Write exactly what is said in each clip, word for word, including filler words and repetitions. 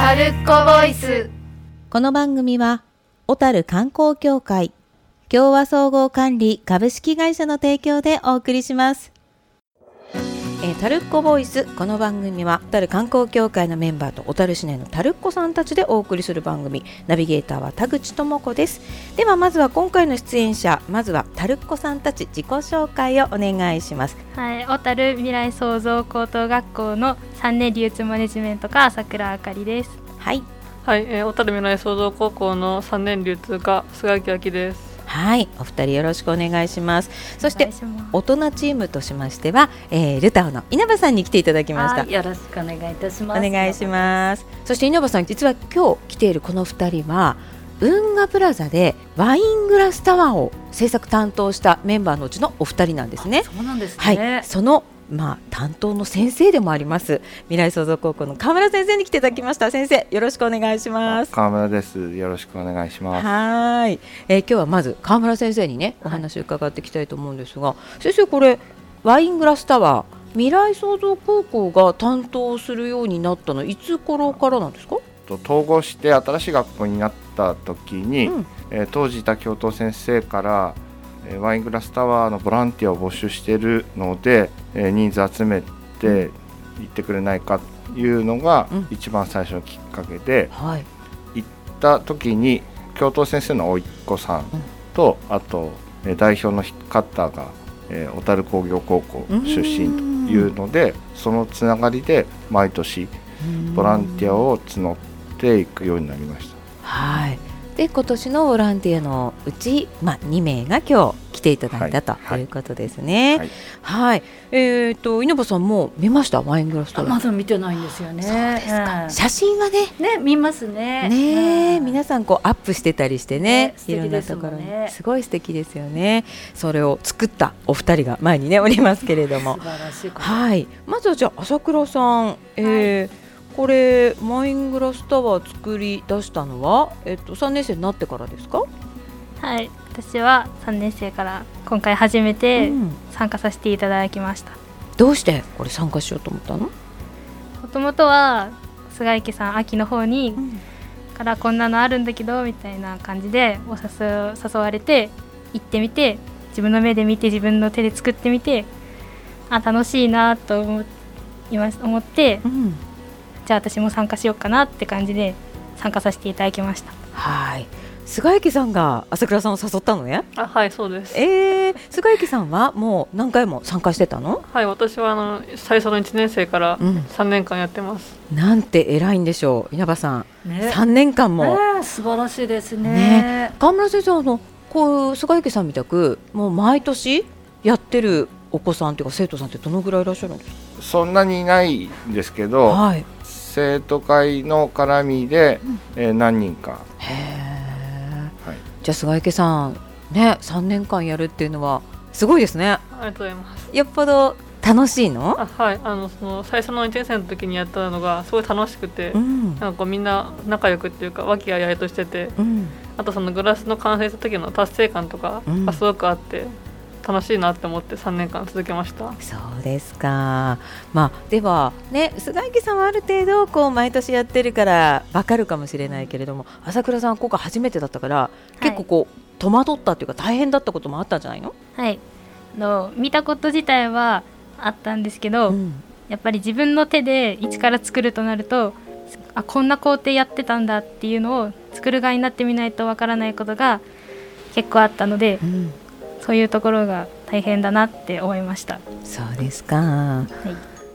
タルッコボイス。 この番組は小樽観光協会共和総合管理株式会社の提供でお送りします。えー、タルッコボイス。この番組は小樽観光協会のメンバーと小樽市内のタルッコさんたちでお送りする番組。ナビゲーターは田口智子です。ではまずは今回の出演者、まずはタルッコさんたち自己紹介をお願いします。 はい、小樽未来創造高等学校のさんねん流通マネジメント科朝倉あかりです。 はい、 はい、えー、小樽未来創造高校のさんねん流通科菅木明です。 はい、お二人よろしくお願いします。そして大人チームとしましては、えー、ルタオの稲葉さんに来ていただきました。 よろしくお願いいたします。 お願いします。そして稲葉さん、実は今日来ているこの二人は運河プラザでワイングラスタワーを制作担当したメンバーのうちのお二人なんですね。 そうなんですね。 はい、そのまあ、担当の先生でもあります未来創造高校の川村先生に来ていただきました。先生、よろしくお願いします。 川村です。よろしくお願いします。 はい、えー、今日はまず川村先生にねお話を伺っていきたいと思うんですが、はい、先生、これワイングラスタワー未来創造高校が担当するようになったのいつ頃からなんですか？ 統合して新しい学校になった時に、うん、えー、当時いた教頭先生からワイングラスタワーのボランティアを募集しているので、えー、人数集めて行ってくれないかというのが一番最初のきっかけで、うん、はい、行った時に教頭先生の甥っ子さんと、うん、あと、えー、代表の方が、えー、小樽工業高校出身というので、そのつながりで毎年ボランティアを募っていくようになりました。 はい、で今年のボランティアのうち、まあ、にめいが今日来ていただいたと、はい、いうことですね。はい、はい、えー、と稲葉さんも見ましたワイングラスタワー？ まだ見てないんですよね。 そうですか、うん、写真はねね見ますね。 ね、 うん、 皆さんこうアップしてたりして ね, ねいろんなところにすごい素敵ですよね。それを作ったお二人が前にねおりますけれども素晴らしいこと。 はい、まずはじゃあ朝倉さん、えーはい、これワイングラスタワー作り出したのは、えっと、さんねん生になってからですか？ はい、私はさんねん生から今回初めて参加させていただきました。うん、 どうしてこれ参加しようと思ったの？ もともとは菅池さん秋の方に、うん、からこんなのあるんだけどみたいな感じでお 誘, 誘われて行ってみて、自分の目で見て自分の手で作ってみて、あ楽しいなと思います思って、うん、じゃあ私も参加しようかなって感じで参加させていただきました。 はい、菅池さんが朝倉さんを誘ったのね。 あ、はい、そうです。 えー、菅池さんはもう何回も参加してたの？ はい、私はあの最初のいちねん生からさんねんかんやってます。 うん、なんて偉いんでしょう稲葉さん、ね、さんねんかんも、 ね、素晴らしいです ね, ね。川村先生、あのこう菅池さんみたくもう毎年やってるお子さんというか生徒さんってどのぐらいいらっしゃるんですか？ そんなにいないんですけど、はい、生徒会の絡みで、うん、えー、何人か。 へー、はい、じゃあ菅池さん、ね、さんねんかんやるっていうのはすごいですね。 ありがとうございます。 よっぽど楽しいの？ あ、はい、あのその最初のいちねん生の時にやったのがすごい楽しくて、うん、なんかこうみんな仲良くっていうか和気あいあいとしてて、うん、あとそのグラスの完成した時の達成感とかがすごくあって、うん、楽しいなって思ってさんねんかん続けました。 そうですか。まあ、ではね、菅池さんはある程度こう毎年やってるから分かるかもしれないけれども、朝倉さんは今回初めてだったから、はい、結構こう戸惑ったっていうか大変だったこともあったんじゃないの？ はい、の見たこと自体はあったんですけど、うん、やっぱり自分の手で一から作るとなると、あこんな工程やってたんだっていうのを作る側になってみないとわからないことが結構あったので、うん、そういうところが大変だなって思いました。 そうですか。はい、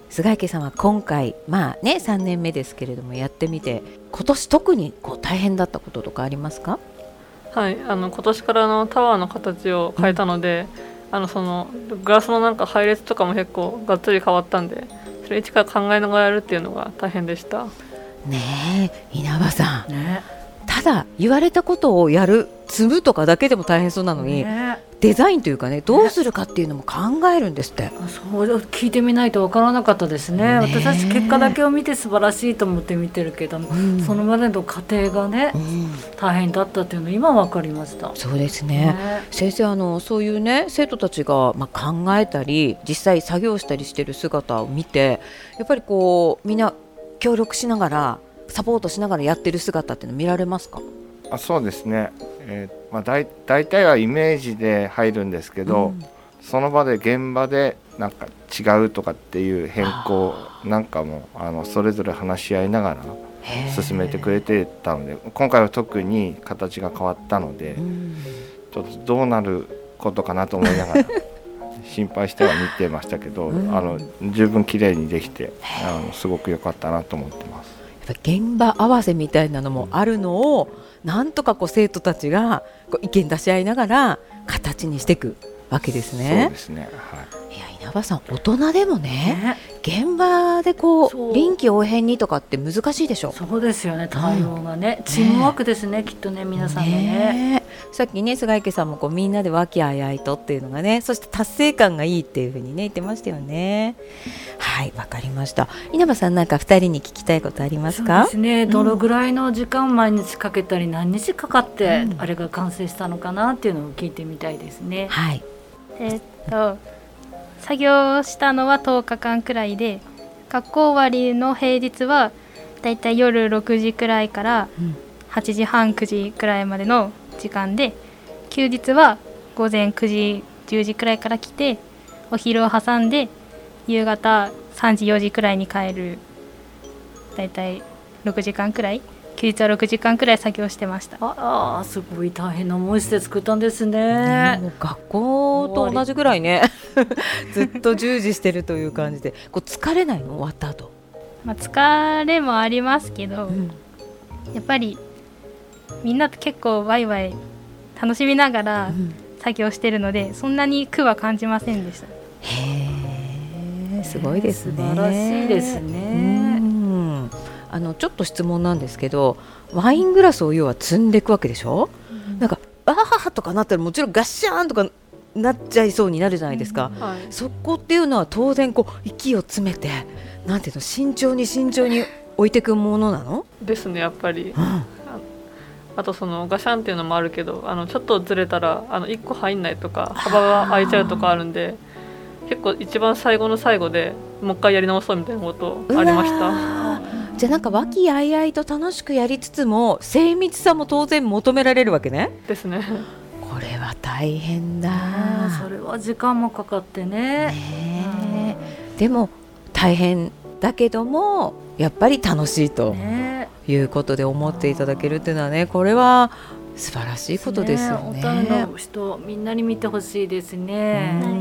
菅池さんは今回、まあね、さんねんめですけれどもやってみて今年特にこう大変だったこととかありますか？ はい、あの今年からのタワーの形を変えたので、うん、あのそのグラスのなんか配列とかも結構がっつり変わったんで、それ一から考えながらやるっていうのが大変でした。 ねえ稲葉さん、ね、ただ言われたことをやる積むとかだけでも大変そうなのに、ね、デザインというかね、どうするかっていうのも考えるんですって。 そう聞いてみないと分からなかったです ね, ね。私たち結果だけを見て素晴らしいと思って見てるけども、うん、そのまでの過程がね、うん、大変だったっていうの今分かりました。 そうですね、ね。先生、あのそういうね生徒たちが、まあ、考えたり実際作業したりしてる姿を見て、やっぱりこうみんな協力しながらサポートしながらやってる姿っていうの見られますか？ あそうですね、えーまあ、だい大体はイメージで入るんですけど、うん、その場で現場でなんか違うとかっていう変更なんかもあのそれぞれ話し合いながら進めてくれてたので、今回は特に形が変わったので、うん、ちょっとどうなることかなと思いながら心配しては見てましたけど、うん、あの十分綺麗にできてあのすごく良かったなと思ってます。 やっぱ現場合わせみたいなのもあるのをなんとかこう生徒たちがこう意見出し合いながら形にしていくわけですね。 そうですね、はい、 いや稲葉さん大人でも ね, ね現場でこう臨機応変にとかって難しいでしょ。 そうですよね、対応がね、うん、チームワークですね、きっとね皆さんの ね, ねさっきね菅池さんもこうみんなで和気あいあいとっていうのがね、そして達成感がいいっていう風にね言ってましたよね。はい、わかりました。稲葉さんなんかふたりに聞きたいことありますか？ そうですね、どのぐらいの時間毎日かけたり何日かかってあれが完成したのかなっていうのを聞いてみたいですね。 はい、 えー、っと作業したのはとおかかんくらいで、学校終わりの平日はだいたい夜ろくじくらいからはちじはんくじくらいまでの時間で、休日は午前くじじゅうじくらいから来てお昼を挟んで夕方さんじよじくらいに帰る、だいたいろくじかんくらい、休日はろくじかんくらい作業してました。 ああ、すごい大変な思いして作ったんですね。 ね、もう学校と同じぐらいねずっと従事してるという感じで、こう疲れないの終わった後？ まあ、疲れもありますけど、うん、やっぱりみんなと結構ワイワイ楽しみながら作業してるので、うん、そんなに苦は感じませんでした。 へー、すごいですね。 素晴らしいですね。 うん、あのちょっと質問なんですけど、ワイングラスを要は積んでいくわけでしょ、うん、なんかバーハとかなったらもちろんガッシャーンとかなっちゃいそうになるじゃないですか、うん、はい、そこっていうのは当然こう息を詰めてなんていうの、慎重に慎重に置いていくものなのですね、やっぱり、 うん、 あとそのガシャンっていうのもあるけど、あのちょっとずれたらあのいっこ入んないとか幅が空いちゃうとかあるんで、結構一番最後の最後でもう一回やり直そうみたいなことありました。 じゃあなんか和気あいあいと楽しくやりつつも精密さも当然求められるわけね。 ですね。 これは大変だ。 それは時間もかかってね。 ね、でも大変だけどもやっぱり楽しいということで思っていただけるっていうのはね、これは素晴らしいことですよね。 小樽の人みんなに見てほしいですね。 うん、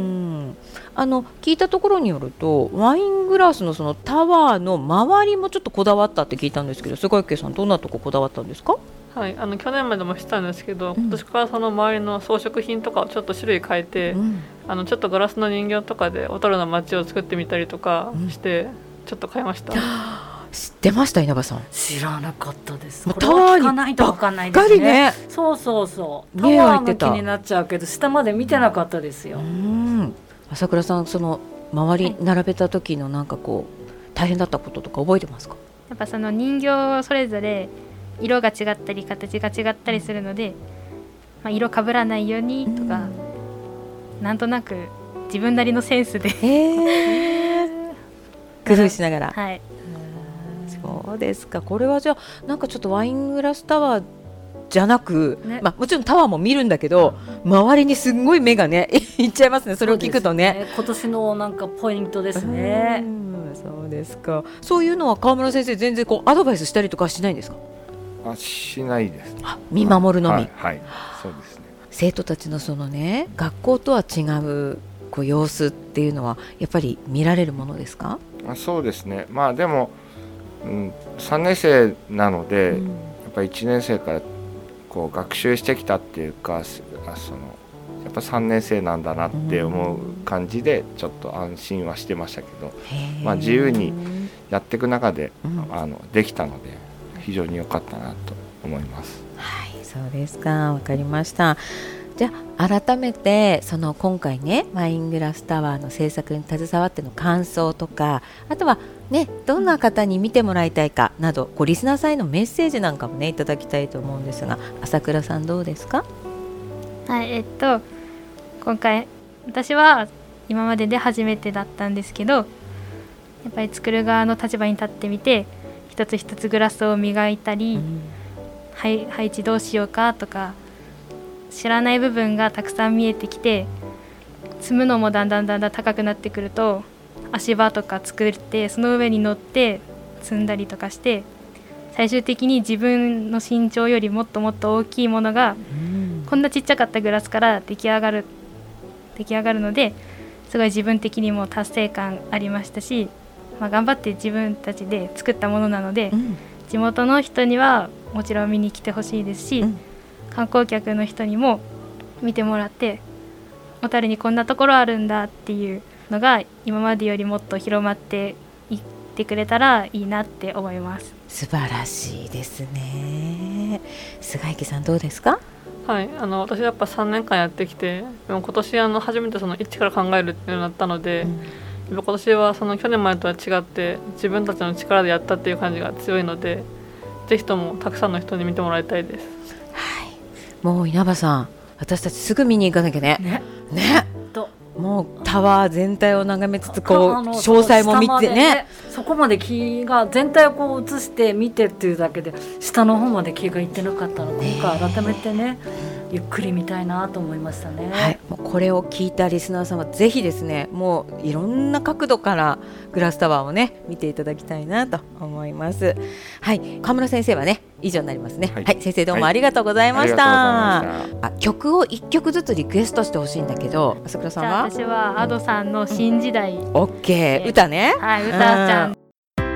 あの聞いたところによるとワイングラス の, そのタワーの周りもちょっとこだわったって聞いたんですけど、菅池さんどんなとここだわったんですか？ はい、あの去年までもしたんですけど、うん、今年からその周りの装飾品とかをちょっと種類変えて、うん、あのちょっとガラスの人形とかで小樽の街を作ってみたりとかして、うん、ちょっと変えました。 知ってました？稲葉さん知らなかったです。 もうタワーにばっかりね。そうそうそう、タワーも気になっちゃうけど下まで見てなかったですよ。 うん、朝倉さん、その周り並べた時のなんかこう大変だったこととか覚えてますか？ やっぱその人形それぞれ色が違ったり形が違ったりするので、まあ、色被らないようにとか、うん、なんとなく自分なりのセンスで、 えー、工夫しながら、 はい、 そうですか。これはじゃあなんかちょっとワイングラスタワーじゃなく、ね、まあ、もちろんタワーも見るんだけど、うん、周りにすごい目がねいっちゃいますね、それを聞くと ね, ね今年のなんかポイントですね。 うん、そうですか。そういうのは川村先生全然こうアドバイスしたりとかしないんですか？ あ、しないです、ね、 あ、見守るのみ、 はいはい、そうですね。 生徒たちのそのね学校とは違うこう様子っていうのはやっぱり見られるものですか？ あ、そうですね。まあでも、うん、さんねん生なので、うん、やっぱりいちねん生からこう学習してきたっていうか、そのやっぱさんねん生なんだなって思う感じでちょっと安心はしてましたけど、まあ、自由にやっていく中で、うん、あのできたので非常に良かったなと思います。 はい、そうですか。わかりました。じゃあ改めてその今回ねワイングラスタワーの制作に携わっての感想とか、あとはねどんな方に見てもらいたいかなど、こうリスナーさんへのメッセージなんかもねいただきたいと思うんですが、朝倉さんどうですか？ はい、えっと今回私は今までで初めてだったんですけど、やっぱり作る側の立場に立ってみて一つ一つグラスを磨いたり、 うん、 配, 配置どうしようかとか知らない部分がたくさん見えてきて、積むのもだんだんだんだん高くなってくると足場とか作ってその上に乗って積んだりとかして、最終的に自分の身長よりもっともっと大きいものが、うん、こんなちっちゃかったグラスから出来上がる出来上がるので、すごい自分的にも達成感ありましたし、まあ、頑張って自分たちで作ったものなので、うん、地元の人にはもちろん見に来てほしいですし、うん、観光客の人にも見てもらって、小樽にこんなところあるんだっていうのが今までよりもっと広まっていってくれたらいいなって思います。 素晴らしいですね。菅池さんどうですか？ はい、あの私やっぱさんねんかんやってきて、でも今年あの初めてその一から考えるっていうのになったので、うん、今年はその去年までとは違って自分たちの力でやったっていう感じが強いので、ぜひともたくさんの人に見てもらいたいです。 はい、もう稲葉さん、私たちすぐ見に行かなきゃね。ね。ねもうタワー全体を眺めつつこう詳細も見て ね, ねそこまで気が全体をこう映して見てっていうだけで下の方まで気がいってなかったので、今回改めてねゆっくり見たいなと思いましたね。 はい、もうこれを聞いたリスナーさんはぜひですね、もういろんな角度からグラスタワーをね見ていただきたいなと思います。はい、川村先生はね以上になりますね。はい、はい、先生どうもありがとうございました。はい、あ、曲をいっきょくずつリクエストしてほしいんだけど、朝倉さんは？ じゃあ私は Ado さんの新時代。 オッケー、歌ね。 はい、歌ちゃん。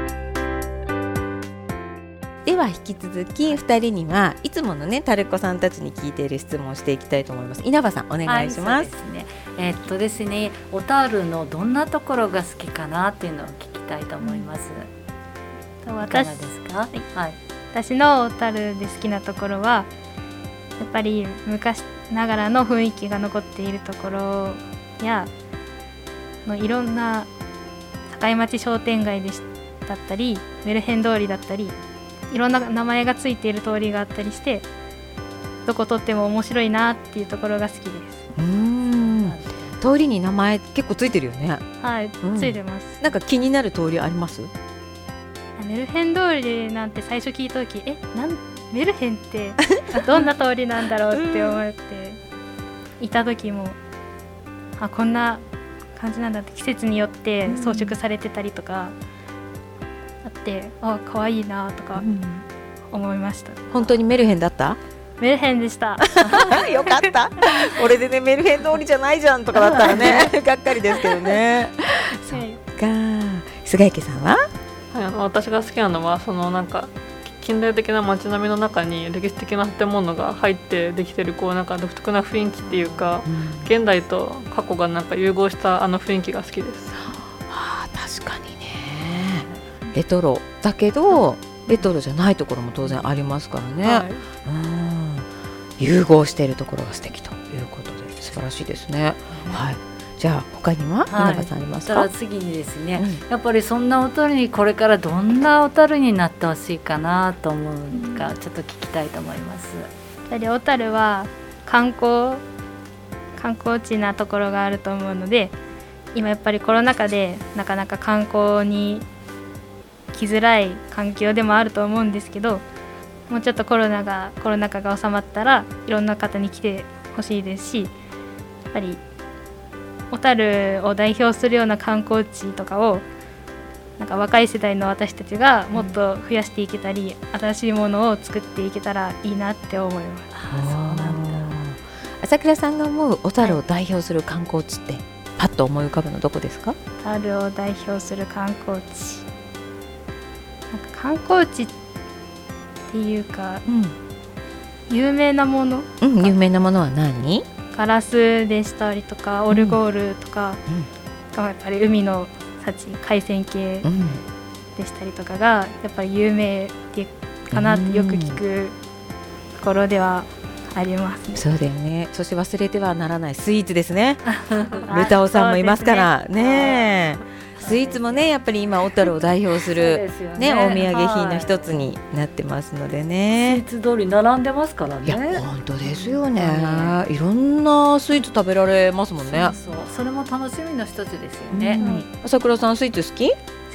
では引き続きふたりにはいつものねタルコさんたちに聞いている質問をしていきたいと思います。稲葉さんお願いします。はい、そうですね。 えー、っとですね、小樽のどんなところが好きかなっていうのを聞きたいと思います。 うん、 いかがですか？はい、 はい、私の小樽で好きなところはやっぱり昔ながらの雰囲気が残っているところやのいろんな境町商店街でしだったりメルヘン通りだったりいろんな名前がついている通りがあったりして、どこ撮っても面白いなっていうところが好きです。 うーん、通りに名前結構ついてるよね。 はい、うん、ついてます。 なんか気になる通りあります？ メルヘン通りなんて最初聞いた時、えなんメルヘンってどんな通りなんだろうって思っていた時も、あこんな感じなんだって、季節によって装飾されてたりとかあって、あ可愛いなとか思いました。 うん、本当にメルヘンだった？ メルヘンでした。 よかった。俺でねメルヘン通りじゃないじゃんとかだったらねがっかりですけどね。そっか。菅池さんは？ はい、あの私が好きなのはそのなんか近代的な街並みの中に歴史的な建物が入ってできてるこうなんか独特な雰囲気っていうか、うん、現代と過去がなんか融合したあの雰囲気が好きです。 はあ、確かにね。レトロだけどレトロじゃないところも当然ありますからね。はい、うん、融合しているところが素敵ということで素晴らしいですね。うん、はい。じゃあ他には稲葉さんありますか？ はい、次にですね、うん、やっぱりそんな小樽にこれからどんな小樽になってほしいかなと思うか、ちょっと聞きたいと思います。 やっぱり小樽は観光観光地なところがあると思うので、今やっぱりコロナ禍でなかなか観光に来づらい環境でもあると思うんですけど、もうちょっとコロナがコロナ禍が収まったらいろんな方に来てほしいですし、やっぱり小樽を代表するような観光地とかをなんか若い世代の私たちがもっと増やしていけたり、うん、新しいものを作っていけたらいいなって思います。 あ、そうなんだ。朝倉さんが思う小樽を代表する観光地って、はい、パッと思い浮かぶのどこですか？ 小樽を代表する観光地、なんか観光地っていうか、うん、有名なもの、 うん、有名なものは何？ ガラスでしたりとかオルゴールとか、うん、やっぱり海の幸海鮮系でしたりとかがやっぱり有名ってかなってよく聞くところではあります、ね。 そうだよね。そして忘れてはならないスイーツですね。ルタオさんもいますからね。スイーツもねやっぱり今小樽を代表するね、お土産品の一つになってますのでね。 スイーツ通り並んでますからね。 いや本当ですよね。いろんなスイーツ食べられますもんね。 そうそう、それも楽しみの一つですよね。 うん、朝倉さんスイーツ好き？ 好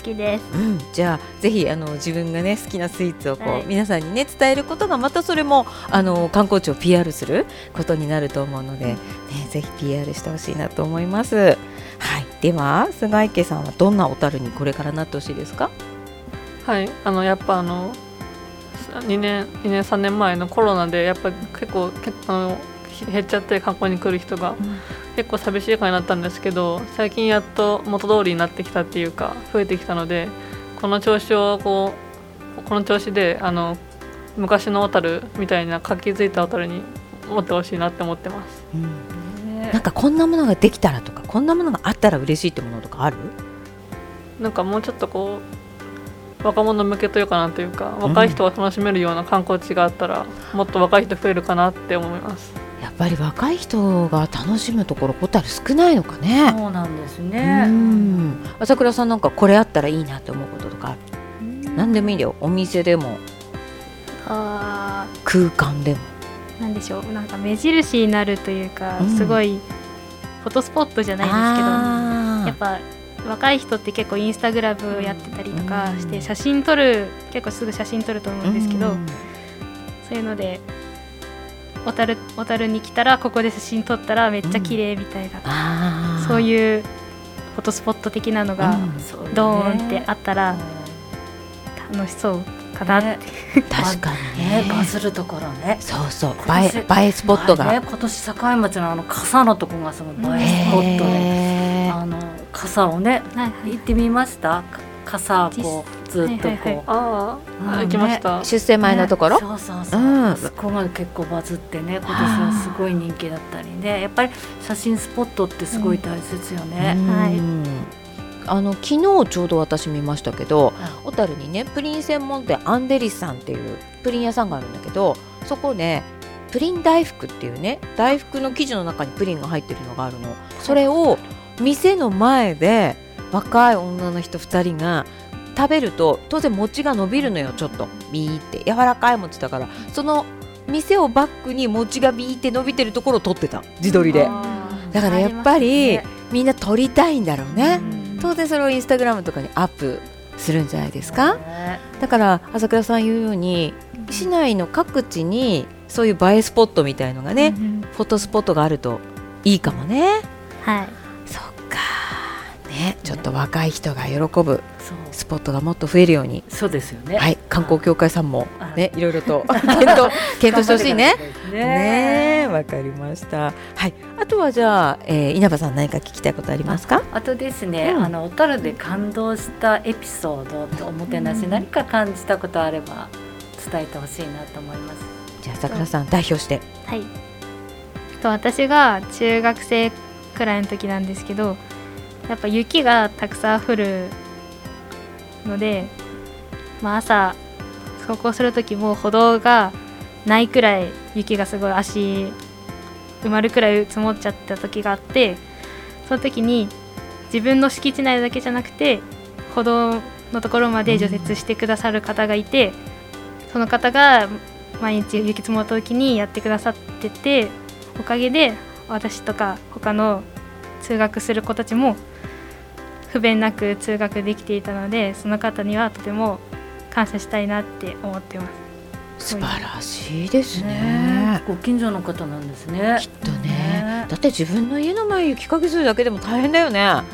きです、 うん、じゃあぜひあの自分がね好きなスイーツをこう、はい、皆さんにね伝えることがまたそれもあの観光地を ピーアール することになると思うので、ね、ぜひ ピーアール してほしいなと思います。はい、では菅池さんはどんな小樽にこれからなってほしいですか？ はい、あのやっぱあの2年、2年さんねんまえのコロナでやっぱり結構あの減っちゃって観光に来る人が、うん、結構寂しい感じになったんですけど、最近やっと元通りになってきたっていうか増えてきたので、この調子をこうこの調子であの昔の小樽みたいな活気づいた小樽に持ってほしいなって思ってます、 うんね、なんかこんなものができたらとかこんなものがあったら嬉しいってものとかある？ なんかもうちょっとこう若者向けというかなというか、若い人が楽しめるような観光地があったら、うん、もっと若い人増えるかなって思います。 やっぱり若い人が楽しむところ小樽少ないのかね。 そうなんですね。 うん、朝倉さんなんかこれあったらいいなって思うこととかある？何でもいいんだよ。お店でもあ空間でも。 なんでしょう、なんか目印になるというか、うん、すごいフォトスポットじゃないですけど、やっぱ若い人って結構インスタグラムやってたりとかして、写真撮る結構すぐ写真撮ると思うんですけど、うん、そういうので小樽、小樽に来たらここで写真撮ったらめっちゃ綺麗みたいな、うん、そういうフォトスポット的なのがドーンってあったら楽しそうかなって、ね、 確かにね、 バズるところね。 そうそう、映え、映えスポットが、 ね、今年境町のあの傘のとこがその映えスポットで、あの傘をね、はいはい、行ってみました。傘こうずっとこう、はいはいはい、 ああ、行きました、 ね、出世前のところ、 ね、そうそうそう、うん、そこが結構バズってね、今年はすごい人気だったりで、やっぱり写真スポットってすごい大切よね、 うん、 はい。 あの昨日ちょうど私見ましたけど、小樽にねプリン専門店アンデリスさんっていうプリン屋さんがあるんだけど、そこでプリン大福っていうね、大福の生地の中にプリンが入ってるのがあるの。それを店の前で若い女の人ふたりが食べると、当然餅が伸びるのよ。ちょっとビーって柔らかい餅だから、その店をバックに餅がビーって伸びてるところを撮ってた、自撮りで。だからやっぱり、ね、みんな撮りたいんだろうね。当然それをインスタグラムとかにアップするんじゃないですか。だから朝倉さん言うように、市内の各地にそういう映えスポットみたいのがね、うん、フォトスポットがあるといいかもね。 はい、 そっかね、ちょっと若い人が喜ぶスポットがもっと増えるように。 そうですよね。 はい、観光協会さんもね、いろいろと検討検討してほしいね。ね、わかりました。はい、あとはじゃあ、えー、稲葉さん何か聞きたいことありますか？ あ, あとですね、うん、あの小樽で感動したエピソードとおもてなし、うん、何か感じたことあれば伝えてほしいなと思います。 じゃあ桜さん代表して。 はい、と私が中学生くらいの時なんですけど、やっぱ雪がたくさん降るので、まあ、朝走行する時も歩道がないくらい雪がすごい足埋まるくらい積もっちゃった時があって、その時に自分の敷地内だけじゃなくて歩道のところまで除雪してくださる方がいて、その方が毎日雪積もった時にやってくださってて、おかげで私とか他の通学する子たちも不便なく通学できていたので、その方にはとても感謝したいなって思ってます。 素晴らしいですね。 ね、ご近所の方なんですね。 きっと ね, ねだって自分の家の前雪かきするだけでも大変だよね。 はい、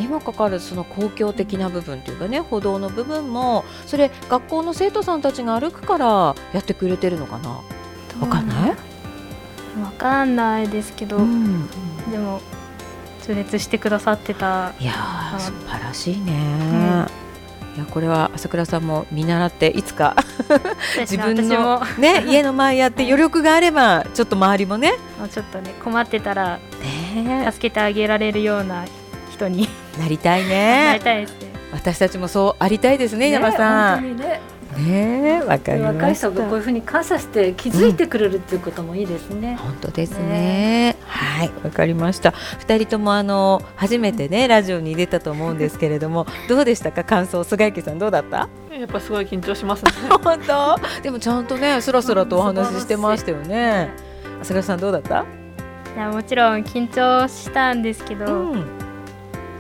にもかかわらずその公共的な部分というかね、歩道の部分もそれ学校の生徒さんたちが歩くからやってくれてるのかな。わかんない？ わかんないですけど、うん、でも除雪してくださってた。 いやー素晴らしいね、うん、いやこれは朝倉さんも見習っていつか自分の、ね、家の前やって余力があればちょっと周りもねちょっとね困ってたら、ね、助けてあげられるような人になりたいね。 なりたいですね。 私たちもそうありたいですね、山さん。 本当にね。 ねえ、わかりました。 若い人がこういうふうに感謝して気づいてくれるっていうこともいいですね。 うん、本当ですね。ね、はい、わかりました。二人ともあの初めてねラジオに出たと思うんですけれどもどうでしたか、感想。菅池さんどうだった？ やっぱすごい緊張しますね。 本当？でもちゃんとねスラスラとお話ししてましたよね。朝倉さんどうだった？ いやもちろん緊張したんですけど、うん、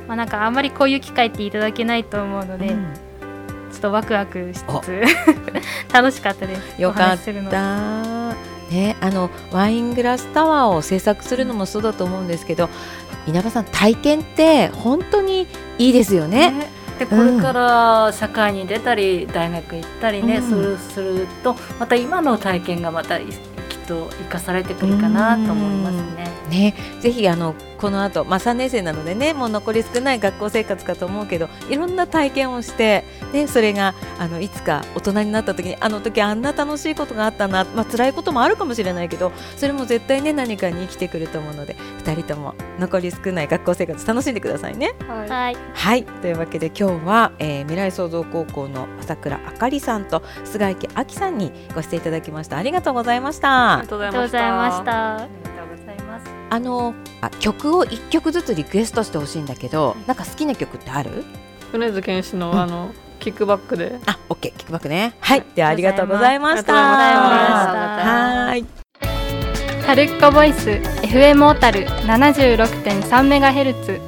まあ、なんかあんまりこういう機会っていただけないと思うので、うん、ちょっとワクワクしつつ楽しかったです。 よかったね。あのワイングラスタワーを制作するのもそうだと思うんですけど、稲葉さん体験って本当にいいですよね。ねでこれから社会に出たり、うん、大学行ったりね、うん、するするとまた今の体験がまたきっと生かされてくるかなと思いますね。 ね、ぜひあのこの後、まあ、さんねん生なのでね、もう残り少ない学校生活かと思うけど、いろんな体験をして、ね、それがあのいつか大人になった時に、あの時あんな楽しいことがあったな、まあ、辛いこともあるかもしれないけど、それも絶対ね何かに生きてくると思うので、ふたりとも残り少ない学校生活楽しんでくださいね。 はい、 はい、というわけで今日は、えー、未来創造高校の朝倉あかりさんと菅池あきさんにご出演いただきました。ありがとうございました。 ありがとうございました。 あのあ曲をいっきょくずつリクエストしてほしいんだけど、なんか好きな曲ってある？ 米津玄師の、うん、あのキックバックで。 あ、オッケー、キックバックね。はい、ではありがとうございました。 はい。タルッコボイス エフエム 小樽 ななじゅうろくてんさんメガヘルツ。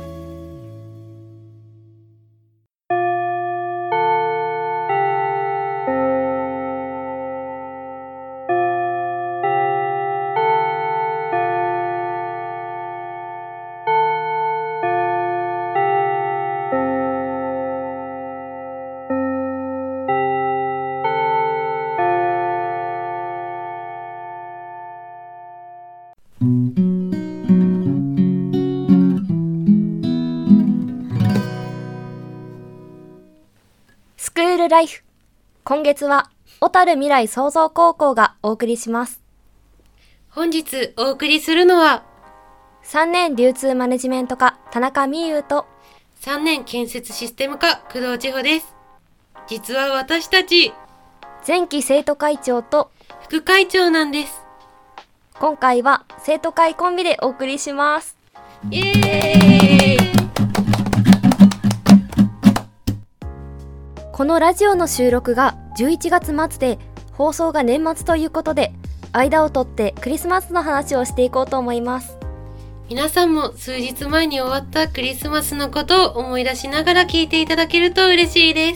スクールライフ。今月は小樽未来創造高校がお送りします。 本日お送りするのはさんねん流通マネジメント科田中美優とさんねん建設システム科工藤千穂です。実は私たち前期生徒会長と副会長なんです。 今回は生徒会コンビでお送りします。 イエーイ。 このラジオの収録がじゅういちがつ末で、放送が年末ということで、間を取ってクリスマスの話をしていこうと思います。 皆さんも数日前に終わったクリスマスのことを思い出しながら聞いていただけると嬉しいです。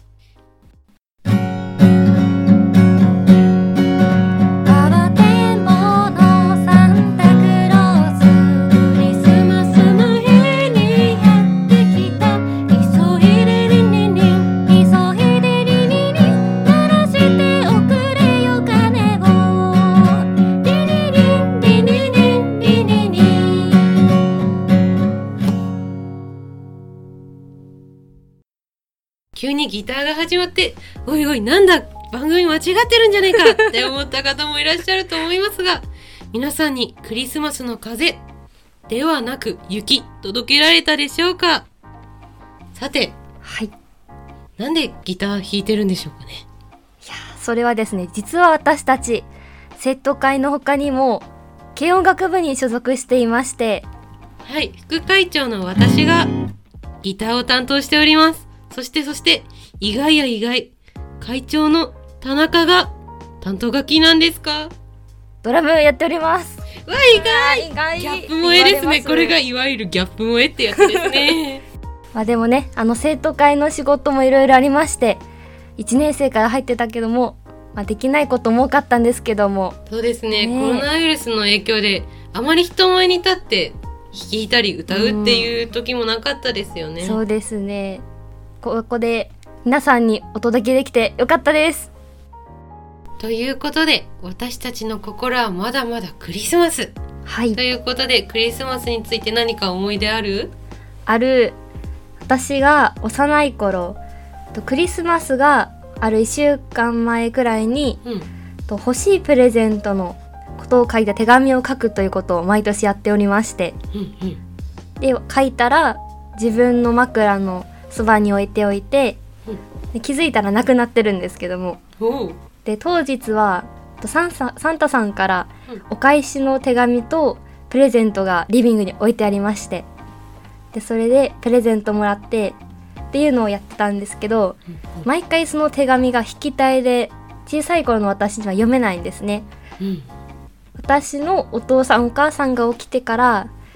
急にギターが始まって、おいおいなんだ番組間違ってるんじゃないかって思った方もいらっしゃると思いますが、皆さんにクリスマスの風ではなく雪届けられたでしょうか。さて、 はい、 なんでギター弾いてるんでしょうかね。 いや、それはですね、実は私たち生徒会の他にも軽音楽部に所属していまして、 はい、副会長の私がギターを担当しております。そしてそして意外や意外、会長の田中が担当楽器なんですか？ ドラムやっております。 わ、意外、意外ギャップ萌えですね。これがいわゆるギャップ萌えってやつですね。 まあでもね、あの生徒会の仕事もいろいろありまして、いちねん生から入ってたけども、まあ、できないことも多かったんですけども、 そうですね、ね、コロナウイルスの影響であまり人前に立って弾いたり歌うっていう時もなかったですよね。 うん、そうですね。ここで皆さんにお届けできてよかったです。 ということで、私たちの心はまだまだクリスマス。 はい。 ということで、クリスマスについて何か思い出ある？ ある。私が幼い頃、クリスマスがあるいっしゅうかんまえくらいに、うん、と欲しいプレゼントのことを書いた手紙を書くということを毎年やっておりまして、うんうん、で書いたら自分の枕のそばに置いておいて、で気づいたらなくなってるんですけども、で当日はサンサ、サンタさんからお返しの手紙とプレゼントがリビングに置いてありまして、でそれでプレゼントもらってっていうのをやってたんですけど、毎回その手紙が筆記体で小さい頃の私には読めないんですね。うん、私のお父さんお母さんが起きてから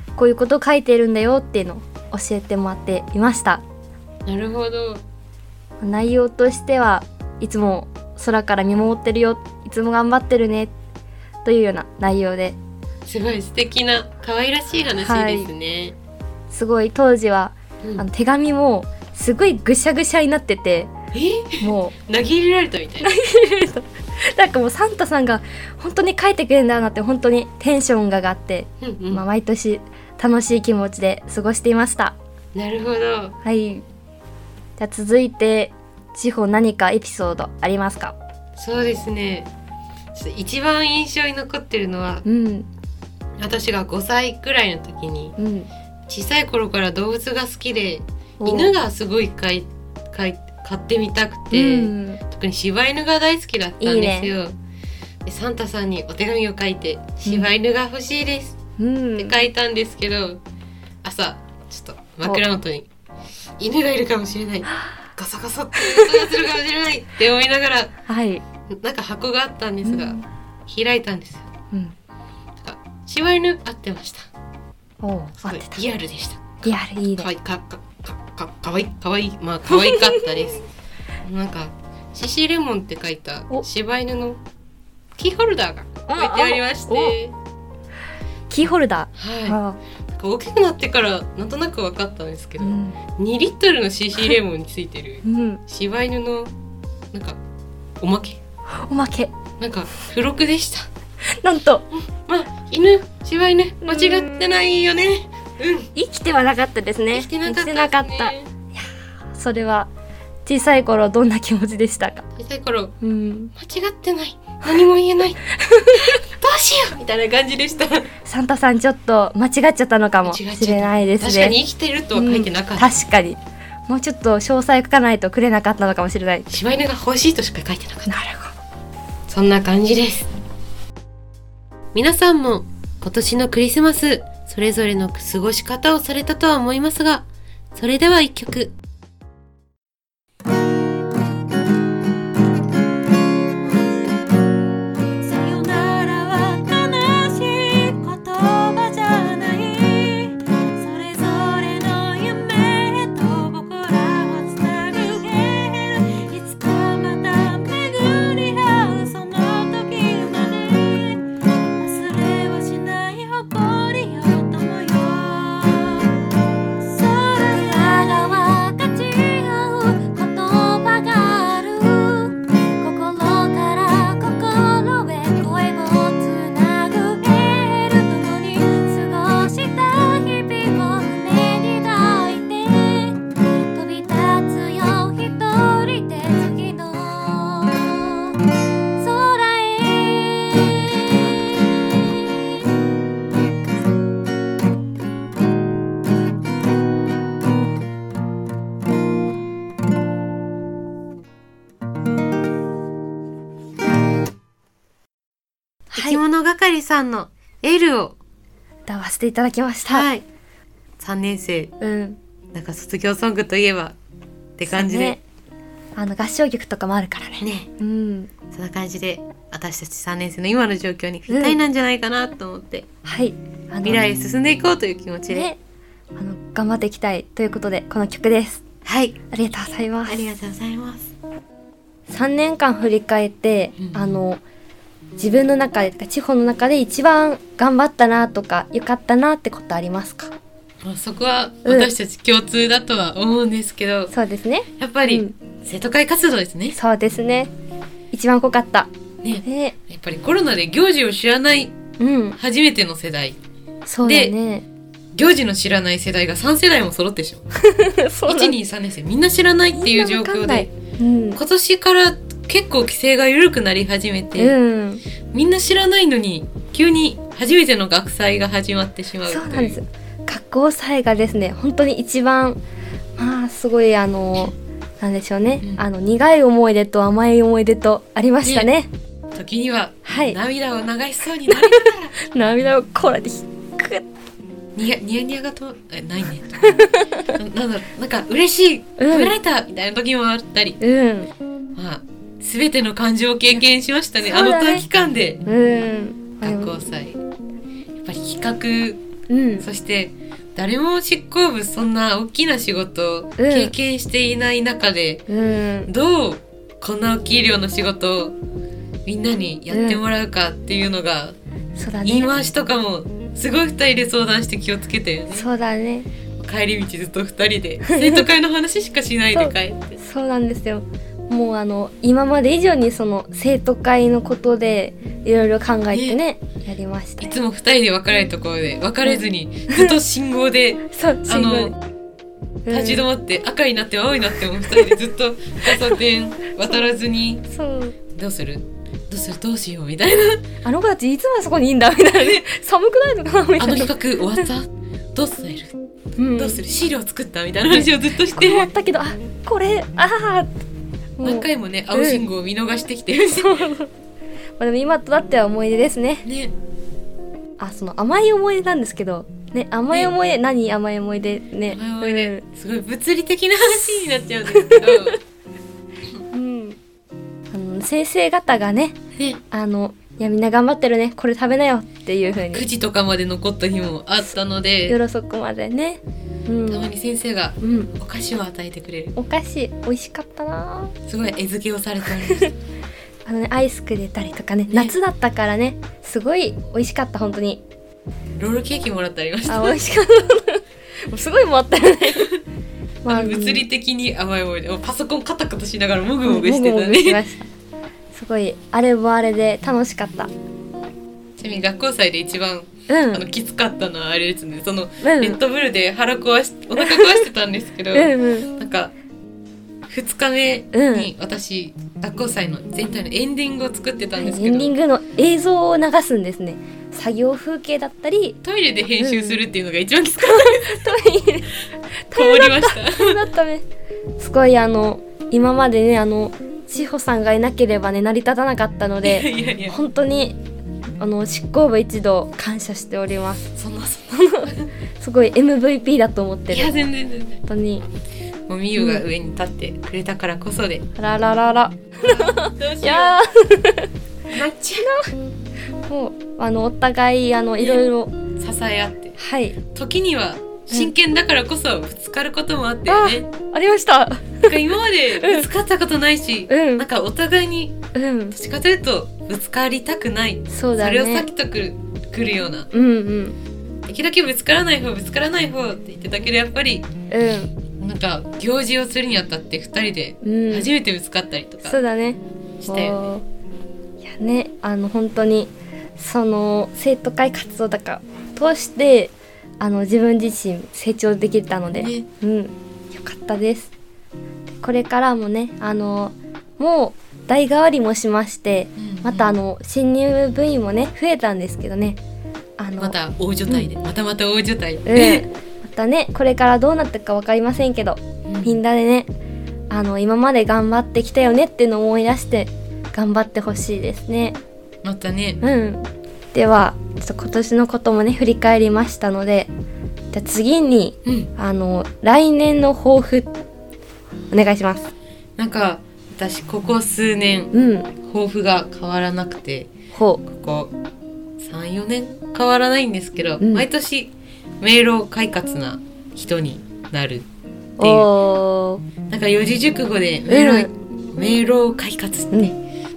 こういうことを書いてるんだよっていうのを教えてもらっていました。 なるほど。 内容としてはいつも空から見守ってるよ、いつも頑張ってるねというような内容で、 すごい素敵な可愛らしい話ですね。 はい、すごい当時は、うん、あの手紙もすごいぐしゃぐしゃになってて、 えもう投げ入れられたみたいななんかもうサンタさんが本当に書いてくれるんだなって本当にテンションが上がって、うんうん、まあ、毎年楽しい気持ちで過ごしていました。 なるほど。 はい。じゃあ続いて千穂、何かエピソードありますか？ そうですね、ちょっと一番印象に残ってるのは、 うん、 私がごさいくらいの時に、 うん、 小さい頃から動物が好きで犬がすごい飼い飼い飼ってみたくて、うん、特に柴犬が大好きだったんですよ。いいね。でサンタさんにお手紙を書いて、柴犬が欲しいです、うん、って書いたんですけど、朝ちょっと枕元に犬がいるかもしれない、ガサガサって音がするかもしれないって思いながら、 はい、 なんか箱があったんですが、うん、開いたんですよ、 うん、 柴犬合ってました。 おう、 すごいリアルでした。 リアルいいね。 かわいかかかかわいかわいいまあ可愛かったですなんかシシレモンって書いた柴犬のキーホルダーが置いてありまして、 キーホルダー、はい、大きくなってからなんとなく分かったんですけど、うん、にリットルの シーシー レモンについてる柴犬のなんかおまけおまけなんか付録でしたなんと、 まあ柴犬柴犬間違ってないよね。うん、 生きてはなかったですね。 生きてなかったですね。なかった。いやそれは小さい頃どんな気持ちでしたか？ 小さい頃、 うん、 間違ってない、何も言えないどうしようみたいな感じでしたサンタさんちょっと間違っちゃったのかもしれないですね。 確かに生きてるとは書いてなかった、 うん、確かにもうちょっと詳細書かないとくれなかったのかもしれない。 柴犬が欲しいとしか書いてなかった。 なるほど、 そんな感じです。皆さんも今年のクリスマスそれぞれの過ごし方をされたとは思いますが、それでは一曲。生き物係さんのエールを歌わせていただきました。 はい、さんねん生、 うん、 なんか卒業ソングといえばって感じで、ね、 あの合唱曲とかもあるからね。 ね、 うん、 そんな感じで私たちさんねん生の今の状況にぴったりなんじゃないかなと思って、うん、 はい、 あの未来へ進んでいこうという気持ちで、ね、 あの頑張っていきたいということでこの曲です。 はい、 ありがとうございます。 ありがとうございます。 さんねんかん振り返って、うん、あの自分の中で地方の中で一番頑張ったなとか良かったなってことありますか？ そこは私たち共通だとは思うんですけど、 うん、そうですね、 やっぱり、うん、生徒会活動ですね。 そうですね、一番濃かった、 ねね、やっぱりコロナで行事を知らない初めての世代、 うん、そうだね、 行事の知らない世代がさん世代も揃ってしまういちにさんねん生みんな知らないっていう状況で、うん、今年から結構規制が緩くなり始めて、うん、みんな知らないのに急に初めての学祭が始まってしまうという。 そうなんです。学校祭がですね本当に一番まあすごいあのなんでしょうね、うん、あの苦い思い出と甘い思い出とありましたね。 ね、時には、はい、涙を流しそうになりながら涙をこらでひくっニヤニヤニヤがとえないねとな, なんだなんか嬉しい褒められたみたいな時もあったり、 うん、 まあすべての感情を経験しましたね、あの短期間で、 うん、 学校祭やっぱり企画うん、 そして誰も執行部そんな大きな仕事を経験していない中で、うん、どうこんな大きい量の仕事をみんなにやってもらうかっていうのが、うんそうだね、言い回しとかもすごいふたりで相談して気をつけたよね。 そうだね。 帰り道ずっとふたりで生徒会の話しかしないで帰ってそう、そうなんですよ。もうあの今まで以上にその生徒会のことでいろいろ考えてね、ねやりました。 いつもふたりで別れるところで別れずにずっと信号でそうあの立ち止まって赤になって青になってもふたりでずっと交差点渡らずにそうどうするどうするどうしようみたいなあの子たちいつまでそこにいいんだみたいな、ね、寒くないのかなみたいなあの企画終わったどうする、うん、どうする資料作ったみたいな話をずっとして終わったけどあこれああ何回もね青信号を見逃してきてる、うん、 そうまあでも今となっては思い出ですね。 ねあその甘い思い出なんですけどね甘い思い出、ね、何甘い思い出ね甘い思い出、うん、すごい物理的な話になっちゃうんですけどうんあの先生方がねねあのいやみんな頑張ってるねこれ食べなよっていう風にくじとかまで残った日もあったので夜遅くまでね、 うん、たまに先生がお菓子を与えてくれる、 うん、お菓子美味しかったなすごい餌付けをされておりますあのねアイスくれたりとか ね, ね夏だったからねすごい美味しかった本当にロールケーキもらってありました。 あ美味しかったすごいもらったよねまあ、物理的に甘い思い出パソコンカタカタしながらもぐもぐしてたね、うん、もぐもぐしましたすごいあれもあれで楽しかった。ちなみに学校祭で一番、うん、あのきつかったのはあれですねその、うん、レッドブルで腹壊しお腹壊してたんですけどうん、うん、なんかふつかめに私、うん、学校祭の全体のエンディングを作ってたんですけど、 エンディングの映像を流すんですね。作業風景だったりトイレで編集するっていうのが一番きつかったです、うん、トイレトイレだったトイレだったねすごいあの今までねあの志保さんがいなければね成り立たなかったのでいやいや本当にあの執行部一同感謝しております。 そんなそんなすごい エムブイピー だと思ってる。 いや全然全然本当にもうみゆが上に立ってくれたからこそで、 うん、あららららどうしよういやなっちゃうもうあのお互いあのいろいろ支え合ってはい時には真剣だからこそぶつかることもあったよね。 あ, ありました。 なんか今までぶつかったことないし、うん、なんかお互いにどっちかというとぶつかりたくない、 そうだね、 それを避けてくる、くるような、 うんうん、 できるだけぶつからない方ぶつからない方って言ってたけどやっぱり、うん、なんか行事をするにあたってふたりで初めてぶつかったりとか、 うん、そうだねしたよね。 いやねあの本当にその生徒会活動だから通してあの自分自身成長できたので、ね、うん、よかったです。これからもねあのもう代替わりもしまして、うんうん、またあの新入部員もね増えたんですけどねあのまた大所帯で、うん、またまた大所帯で、 うん、またねこれからどうなっていくか分かりませんけど、うん、みんなでねあの今まで頑張ってきたよねっていうのを思い出して頑張ってほしいですね。 またね、 うん、ではちょっと今年のこともね振り返りましたので、じゃあ次に、うん、あの来年の抱負お願いします。 なんか私ここ数年、うん、抱負が変わらなくて、 ここ さん,よ 年変わらないんですけど、うん、毎年明朗快活な人になるっていう、なんか四字熟語で明朗、うん、明朗快活って、うん、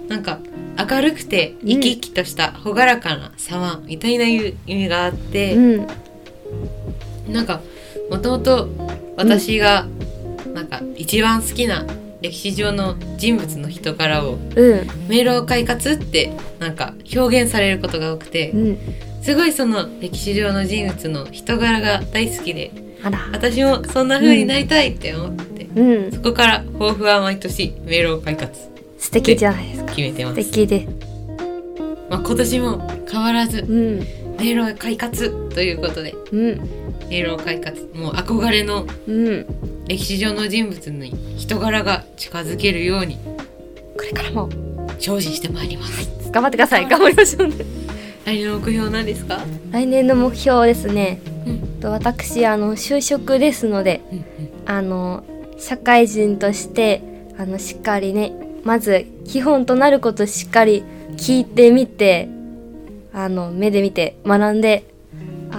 なんか明るくて生き生きとした朗らかな様みたいないう意味があって、うん、なんかもともと私がなんか一番好きな歴史上の人物の人柄を、うん、明朗快活ってなんか表現されることが多くて、うん、すごいその歴史上の人物の人柄が大好きで、あら私もそんな風になりたいって思って、うん、そこから抱負は毎年明朗快活素敵じゃないですか。 決めてます。 素敵で、 まあ、今年も変わらず、うん、明朗快活ということで、うん、明朗快活もう憧れの歴史上の人物に人柄が近づけるようにこれからも精進してまいります、 はい、頑張ってください。頑張りましょうね。 来年の目標何ですか？ 来年の目標ですね、うん、と私あの就職ですので、うんうん、あの社会人としてあのしっかりねまず基本となることをしっかり聞いてみてあの目で見て学んであ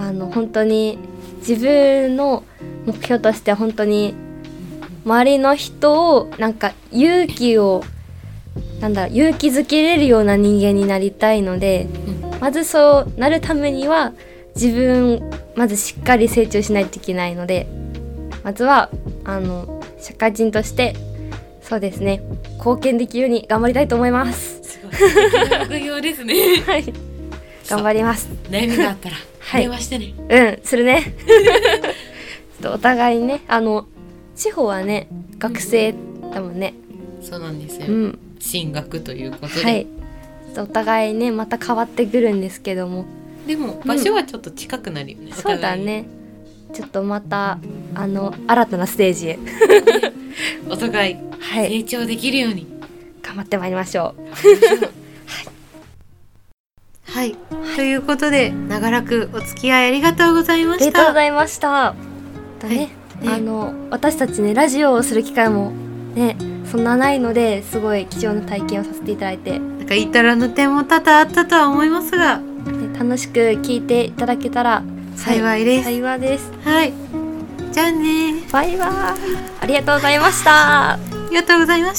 あの本当に自分の目標として本当に周りの人をなんか勇気をなんだ勇気づけれるような人間になりたいので、うん、まずそうなるためには自分まずしっかり成長しないといけないので、まずはあの社会人としてそうですね貢献できるように頑張りたいと思います。 すごい素敵な目標ですね。 はい、頑張ります。 悩みがあったら電話してね。 はい、うんするね。ちょっとお互いねあの地方はね学生だもんね。 そうなんですよ、うん、進学ということで、 はい、お互いねまた変わってくるんですけども、 でも場所はちょっと近くなるよね、 うん、そうだね。ちょっとまたあの新たなステージへお互い成長できるように、 はい、頑張ってまいりましょう。 はい、はい、ということで長らくお付き合いありがとうございました。 ありがとうございました。だね、 はい、 あの私たちねラジオをする機会もねそんなないのですごい貴重な体験をさせていただいて、 なんかいいたらの点も多々あったとは思いますが、 ね、楽しく聞いていただけたら幸いです。 幸いです。 はい。じゃあね。 バイバイ。ありがとうございました。 ありがとうございました。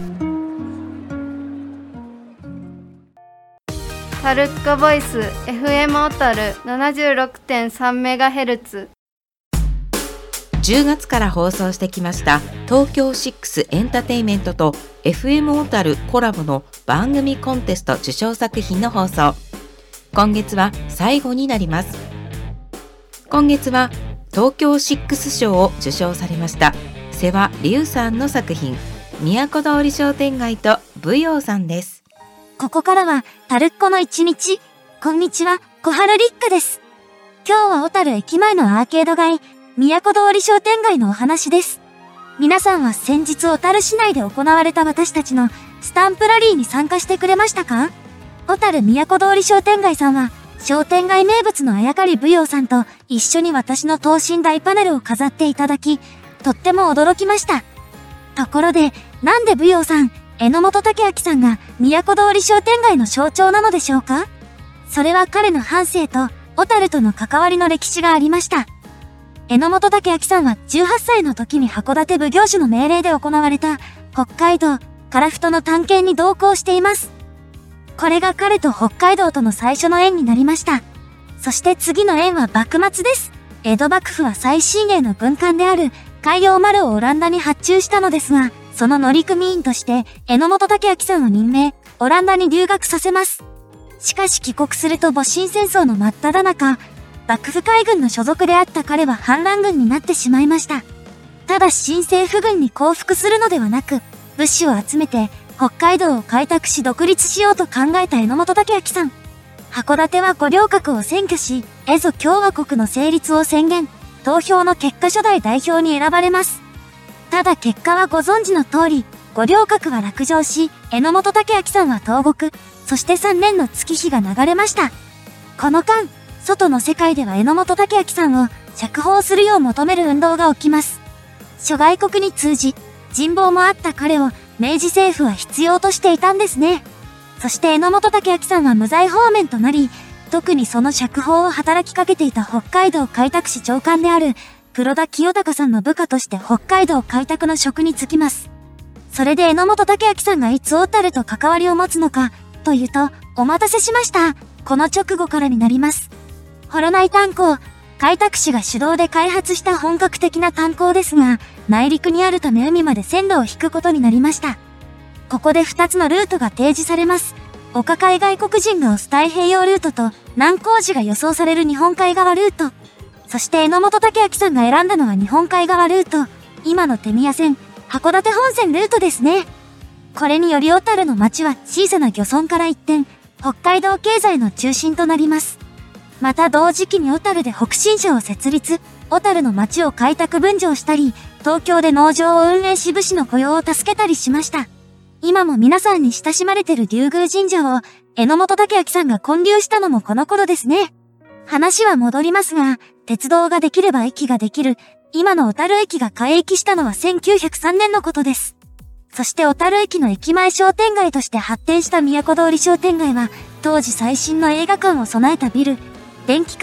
タルッコボイス エフエム 小樽 ななじゅうろくてんさんメガヘルツ。 じゅうがつから放送してきました東京シックスエンターテイメントと エフエム 小樽コラボの番組コンテスト受賞作品の放送。今月は最後になります。今月は東京シックス賞を受賞されました瀬羽龍さんの作品都通り商店街と舞踊さんです。 ここからはタルッコの一日。こんにちは、小春立花です。今日は小樽駅前のアーケード街都通り商店街のお話です。皆さんは先日小樽市内で行われた私たちのスタンプラリーに参加してくれましたか？小樽都通り商店街さんは商店街名物のあやかり舞踊さんと一緒に私の等身大パネルを飾っていただき、とっても驚きました。ところで、なんで舞踊さん、榎本武明さんが都通り商店街の象徴なのでしょうか？それは彼の半生と小樽との関わりの歴史がありました。榎本武明さんはじゅうはっさいの時に函館奉行所の命令で行われた北海道樺太の探検に同行しています。これが彼と北海道との最初の縁になりました。そして次の縁は幕末です。江戸幕府は最新鋭の軍艦である海洋丸をオランダに発注したのですが、その乗組員として榎本武明さんを任命、オランダに留学させます。しかし帰国すると戊辰戦争の真っ只中、幕府海軍の所属であった彼は反乱軍になってしまいました。ただ新政府軍に降伏するのではなく、物資を集めて北海道を開拓し独立しようと考えた榎本武明さん。函館は五稜郭を占拠し、蝦夷共和国の成立を宣言。投票の結果初代代表に選ばれます。ただ結果はご存知の通り、五稜郭は落城し、榎本武明さんは投獄、そしてさんねんの月日が流れました。この間、外の世界では榎本武明さんを釈放するよう求める運動が起きます。諸外国に通じ、人望もあった彼を明治政府は必要としていたんですね。そして榎本武明さんは無罪放免となり、特にその釈放を働きかけていた北海道開拓使長官である黒田清隆さんの部下として北海道開拓の職に就きます。それで榎本武明さんがいつ小樽と関わりを持つのかというと、お待たせしました。この直後からになります。幌内炭鉱、開拓使が主導で開発した本格的な炭鉱ですが、内陸にあるため海まで線路を引くことになりました。ここでふたつのルートが提示されます。丘海外国人が推す太平洋ルートと南高寺が予想される日本海側ルート。そして榎本武明さんが選んだのは日本海側ルート。今の手宮線、函館本線ルートですね。これにより小樽の町は小さな漁村から一転、北海道経済の中心となります。また同時期に小樽で北新社を設立、小樽の町を開拓分譲したり、東京で農場を運営し武士の雇用を助けたりしました。今も皆さんに親しまれている竜宮神社を榎本武明さんが建立したのもこの頃ですね。話は戻りますが、鉄道ができれば駅ができる、今の小樽駅が開駅したのはせんきゅうひゃくさんねんのことです。そして小樽駅の駅前商店街として発展した都通り商店街は、当時最新の映画館を備えたビル、電気館、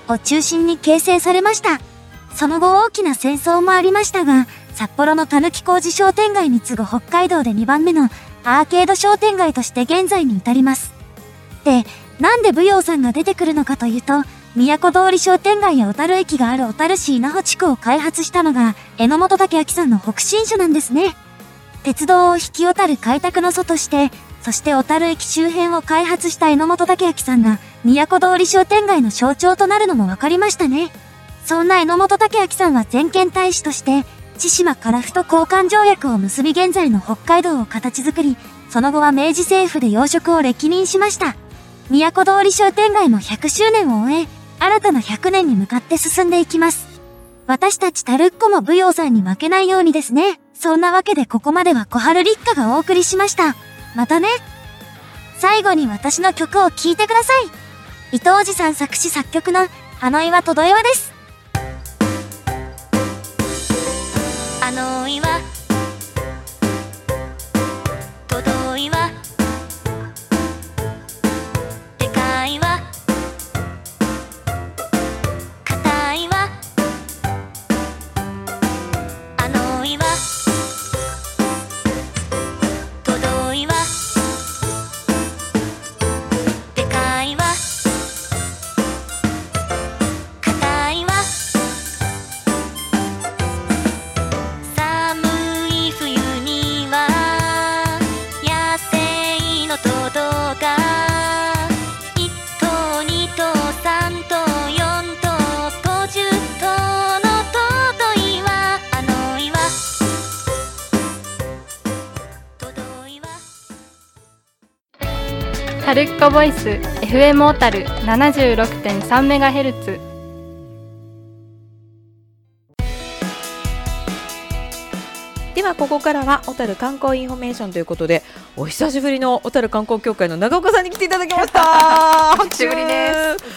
を中心に形成されました。その後大きな戦争もありましたが、札幌のたぬき工事商店街に次ぐ北海道でにばんめのアーケード商店街として現在に至ります。で、なんで舞踊さんが出てくるのかというと、都通り商店街や小樽駅がある小樽市稲穂地区を開発したのが榎本武明さんの北進所なんですね。鉄道を引き小樽開拓の祖として、そして小樽駅周辺を開発した榎本武明さんが都通り商店街の象徴となるのも分かりましたね。そんな榎本武明さんは全権大使として、千島樺太交換条約を結び現在の北海道を形作り、その後は明治政府で要職を歴任しました。都通り商店街もひゃくしゅうねんを終え、新たなひゃくねんに向かって進んでいきます。私たちタルッコも舞踊さんに負けないようにですね。そんなわけでここまでは小春立花がお送りしました。またね。最後に私の曲を聴いてください。伊藤寺さん作詞作曲のあの岩とど岩です。あの岩とど岩でかい岩硬い岩あの岩とど岩でかい岩硬い岩寒い冬には野生のトドがいっ頭に頭さん頭よん頭ごじゅっ頭のトド岩あの岩トド岩タルッコボイス エフエム 小樽 ななじゅうろくてんさんメガヘルツ。 ではここからは小樽観光インフォメーションということで、お久しぶりの小樽観光協会の長岡さんに来ていただきました。拍手ぶりです。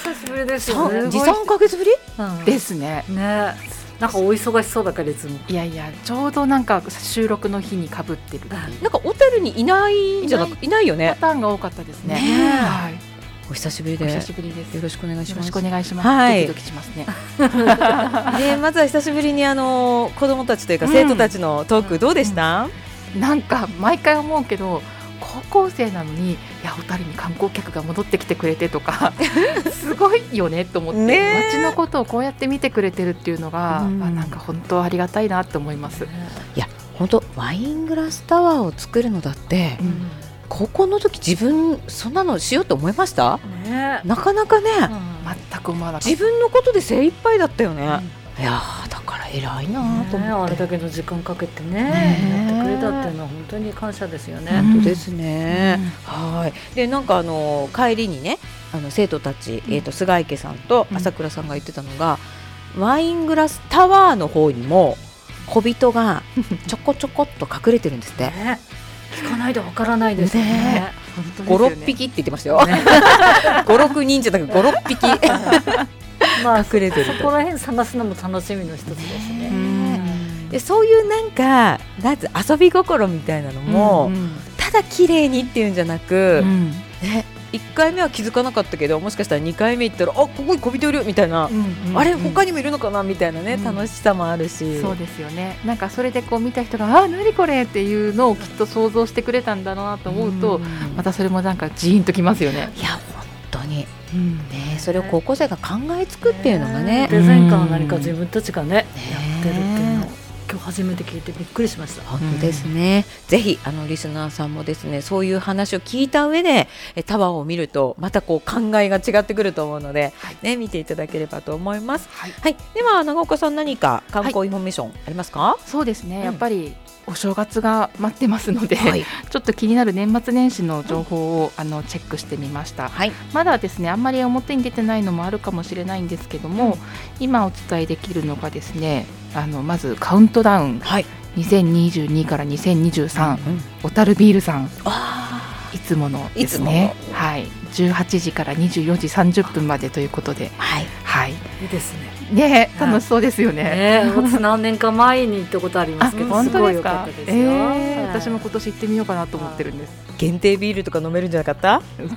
久しぶりですよね。 に、さんかげつぶり、 うん、ですね。 ね、なんかお忙しそうだからいつも。 いやいや、ちょうどなんか収録の日に被ってる。 なんか小樽にいないんじゃなくいないよね。 パターンが多かったですね。 ね、 はい。 お久しぶりで。 お久しぶりです。 よろしくお願いします。 よろしくお願いします。 はい、 ドキドキしますね。 で、まずは久しぶりにあの子供たちというか生徒たちのトークどうでした？ うんうん、なんか毎回思うけど、高校生なのにいや小樽に観光客が戻ってきてくれてとかすごいよねと思って、ね、街のことをこうやって見てくれてるっていうのが、うん、あ、なんか本当ありがたいなと思います。 いや本当ワイングラスタワーを作るのだって、うん、高校の時自分そんなのしようと思いました？ね、なかなかね、うん、 全く思わなかった。 自分のことで精一杯だったよね。うん、いやだから偉いなと思って、ね、 あれだけの時間かけてね、ねやってくれたっていうのは本当に感謝ですよね。 本当ですね。うん、はい。でなんかあの帰りにね、あの生徒たち、うん、えっと菅池さんと朝倉さんが言ってたのが、うん、ワイングラスタワーの方にも小人がちょこちょこっと隠れてるんですって。 ね、聞かないとわからないですね。ね、 ご、ろっぴきって言ってましたよ。ね、ご、ろくにんじゃなくてご、ろっぴき。まあ、隠れてると。 そこら辺探すのも楽しみの一つですね。 でそういうなんかなんつ遊び心みたいなのも、うんうん、ただ綺麗にっていうんじゃなく、うん、ね、いっかいめは気づかなかったけど、もしかしたらにかいめ行ったらあここに小人いるみたいな、うんうんうん、あれ他にもいるのかなみたいなね、うん、楽しさもあるし。 そうですよね。なんかそれでこう見た人があ何これっていうのをきっと想像してくれたんだろうなと思うと、うん、またそれもなんかジーンときますよね。 いや本当に、うんね、それを高校生が考えつくっていうのがね、 デザイン感は何か自分たちが ね, ねやってるっていうのを今日初めて聞いてびっくりしました。 本当ですね。うん、ぜひあのリスナーさんもですね、そういう話を聞いた上でタワーを見るとまたこう考えが違ってくると思うので、はい、ね、見ていただければと思います。はい。はい、では長岡さん何か観光インフォメーションありますか？はい、 そうですね。うん、やっぱりお正月が待ってますので、はい、ちょっと気になる年末年始の情報をあのチェックしてみました。はい、まだですねあんまり表に出てないのもあるかもしれないんですけども、うん、今お伝えできるのがですね、あのまずカウントダウン、はい、にせんにじゅうにからにせんにじゅうさん、うんうん、小樽ビールさん、いつものですね、はい、じゅうはちじからにじゅうよじさんじゅっぷんまでということで、はいはい、 いいですね。 ね、楽しそうですよね。 ね、私何年か前に行ったことありますけど、すごい良かったですよ。えーはい、私も今年行ってみようかなと思ってるんです。 限定ビールとか飲めるんじゃなかった？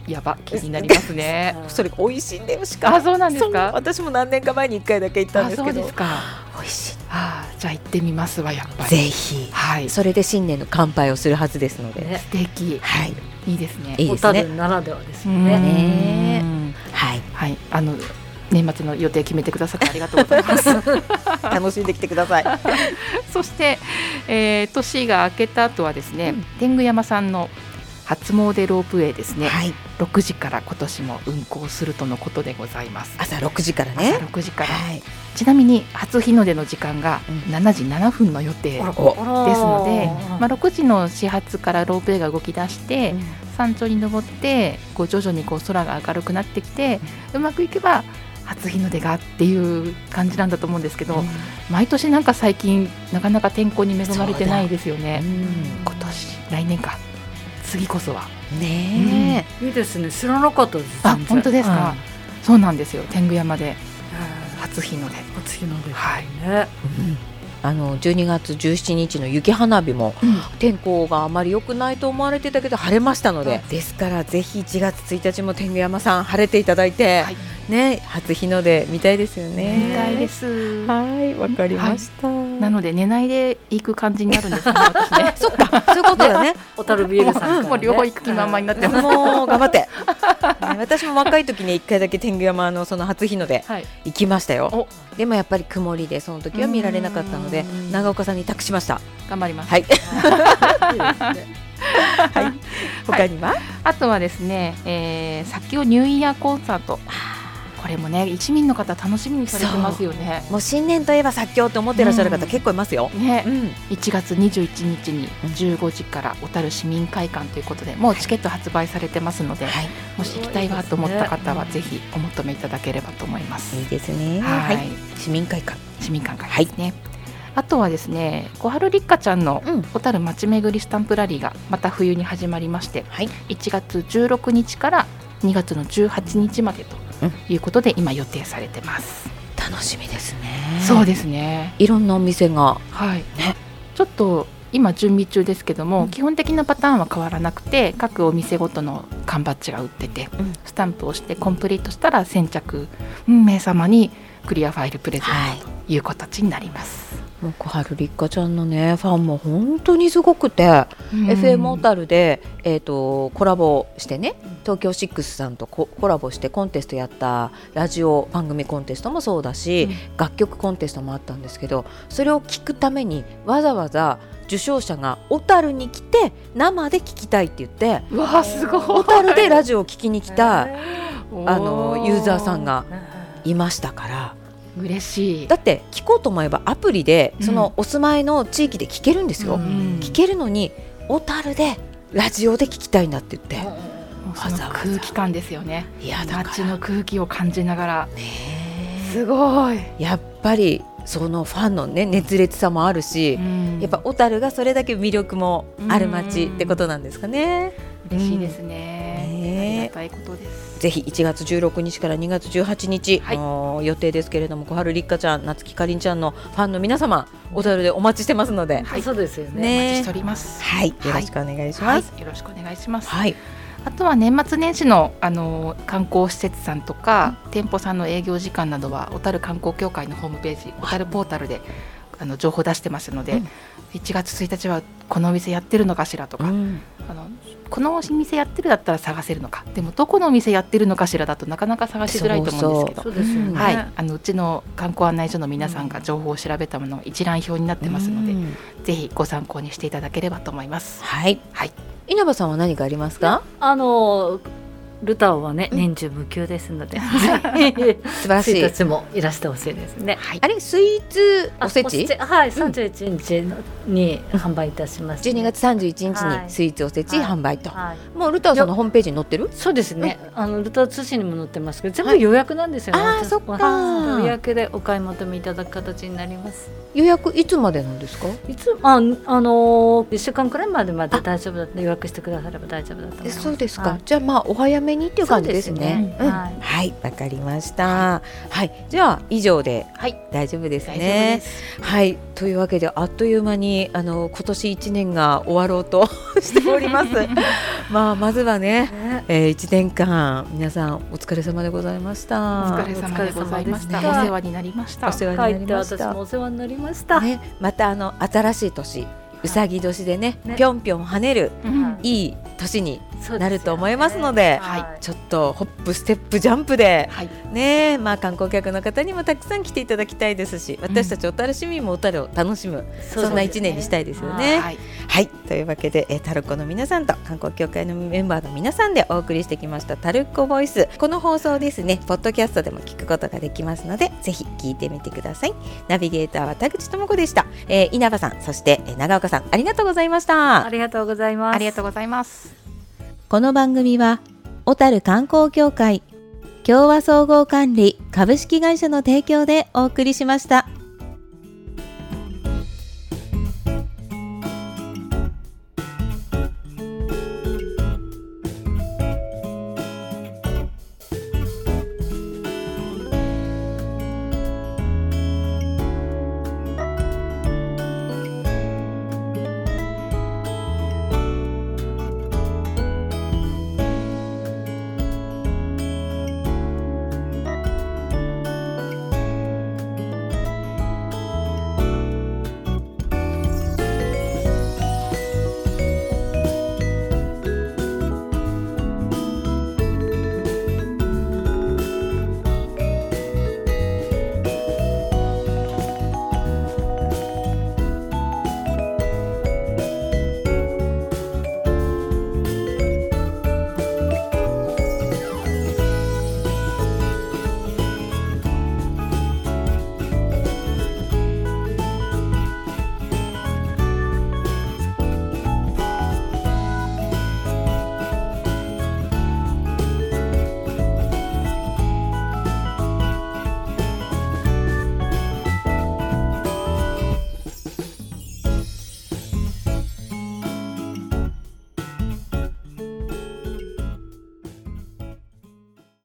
やば気になりますね。 それ美味しいんだよ。しかあ、そうなんですか。 私も何年か前にいっかいだけ行ったんですけど。 あ、そうですか。 美味しい。 あ、じゃあ行ってみますわ、やっぱり。 ぜひ、はい、それで新年の乾杯をするはずですので、 ね、素敵、はい、いいですね。 いいですね。小樽ならではですよね。 ね、はい、 はい、あの年末の予定決めてくださってありがとうございます楽しんできてくださいそして、えー、年が明けた後はですね、うん、天狗山さんの初詣ロープウェイですね、はい、ろくじから今年も運行するとのことでございます。 朝ろくじからね。 朝ろくじから、はい、ちなみに初日の出の時間がしちじななふんの予定ですので、まあ、ろくじの始発からロープウェイが動き出して、うん、山頂に登ってこう徐々にこう空が明るくなってきて、うん、うまくいけば初日の出がっていう感じなんだと思うんですけど、うん、毎年なんか最近なかなか天候に恵まれてないですよね。うん、今年来年か次こそはね、 うん、いいですね。知らなかったです。 あ、本当ですか。うん、そうなんですよ。天狗山で初日の出。 初日の出、 はい、 ね。 うん、あのじゅうにがつじゅうしちにちの雪花火も、うん、天候があまり良くないと思われてたけど晴れましたので、うん、ですからぜひいちがつついたちも天狗山さん晴れていただいて、はい、ね、初日の出見たいですよね。 見たいです。 はい、わかりました、はい。 なので寝ないで行く感じになるんですね。私ねそっか、そういうことだね。 小樽ビールさんから、ね、 もう両方行く気満々になってます。 もう頑張って、ね、私も若い時にいっかいだけ天狗山のその初日の出、はい、行きましたよ。でもやっぱり曇りでその時は見られなかったので長岡さんに託しました。 頑張ります。 はい。はい、他には、はい、 あとはですね、えー、先をニューイヤーコンサート、これもね市民の方楽しみにされてますよね。 もう新年といえば作協って思っていらっしゃる方、うん、結構いますよ、 ね。うん、いちがつにじゅういちにちにじゅうごじから小樽市民会館ということでもうチケット発売されてますので、はい、もし行きたいわと思った方はぜひお求めいただければと思います。 いいですね。 はい、はい、 市民会館市民会館ですね。はい、あとはですね、小春立花ちゃんの小樽まちめぐりスタンプラリーがまた冬に始まりまして、はい、いちがつじゅうろくにちからにがつのじゅうはちにちまでということで今予定されてます。 楽しみですね。 そうですね。 いろんなお店が、 はいね、ちょっと今準備中ですけども、うん、基本的なパターンは変わらなくて各お店ごとの缶バッジが売ってて、うん、スタンプをしてコンプリートしたら先着名様にクリアファイルプレゼントという形になります。 はい、もう小春立花ちゃんのねファンも本当にすごくて、うん、エフエム 小樽で、えーと、コラボしてね、東京シックスさんと コ, コラボしてコンテストやったラジオ番組コンテストもそうだし、うん、楽曲コンテストもあったんですけど、それを聞くためにわざわざ受賞者が小樽に来て生で聞きたいって言って、 うわすごい、 小樽でラジオを聞きに来た、あのユーザーさんがいましたから。 嬉しい。 だって聞こうと思えばアプリでそのお住まいの地域で聞けるんですよ、うん、聞けるのに小樽でラジオで聞きたいんだって言って、 もうその空気感ですよね。 いやだから街の空気を感じながら、 ね、 すごい。 やっぱりそのファンの、ね、熱烈さもあるし、うん、やっぱ小樽がそれだけ魅力もある街ってことなんですかね。 うん、嬉しいですね、うん、ありがたいことです。 ぜひいちがつじゅうろくにちからにがつじゅうはちにち、はい、の予定ですけれども、小春立花ちゃん、夏木かりんちゃんのファンの皆様、小樽でお待ちしてますので、 はい、そうですよね。 お待ちしております。 はい、よろしくお願いします。 はい、よろしくお願いします。 はい、 あとは年末年始の、あの観光施設さんとか、うん、店舗さんの営業時間などは小樽観光協会のホームページ、小樽ポータルであの情報出してますので、うん、いちがつついたちはこのお店やってるのかしらとか、うん、あのこのお店やってるだったら探せるのか、でもどこのお店やってるのかしらだとなかなか探しづらいと思うんですけど、 そうですよね。 はい、あのうちの観光案内所の皆さんが情報を調べたものが一覧表になってますので、うん、ぜひご参考にしていただければと思います。 はい、はい、稲葉さんは何かありますか？ あのルタオはね、年中無休ですので、素晴らしい。 ついたちもいらしてほしいですね。 はい、あれスイーツおせち、 はい、さんじゅういちにちに販売いたします、ね。 じゅうにがつさんじゅういちにちにスイーツおせち販売と、はいはい、もうルタオさんのホームページに載ってる？ そうですね。うん、あのルタオ通信にも載ってますけど、全部予約なんですよね。 はい、あ、そっか。 予約でお買い求めいただく形になります。 予約いつまでなんですか？ いつああのいっしゅうかんくらいまでまで大丈夫だって予約してくだされば大丈夫だと思います。 そうですか。はい、じゃあまあお早めめにっていう感じですね。 うん、はい、 はい、わかりました。はい、じゃあ以上で、はい、大丈夫ですね。はい、というわけであっという間にあの今年一年が終わろうとしております。まあまずはね、ねえー、一年間皆さんお疲れ様でございました。 お疲れ様でございました。お世話になりました。 お世話になりました。 私もお世話になりました。 ね、またあの新しい年。うさぎ年でね、ねぴょんぴょん跳ねる、うん、いい年になると思いますので、はい、ちょっとホップステップジャンプで、はい、ね、まあ、観光客の方にもたくさん来ていただきたいですし、私たち小樽市民も小樽を楽しむ、うん、そんな一年にしたいですよね。はい、はい、というわけで、えタルコの皆さんと観光協会のメンバーの皆さんでお送りしてきましたタルコボイス。この放送ですね、ポッドキャストでも聞くことができますので、ぜひ聞いてみてください。ナビゲーターは田口智子でした。えー、稲葉さん、そして、えー、長岡さん、ありがとうございました。 ありがとうございます。 ありがとうございます。 この番組は小樽観光協会共和総合管理株式会社の提供でお送りしました。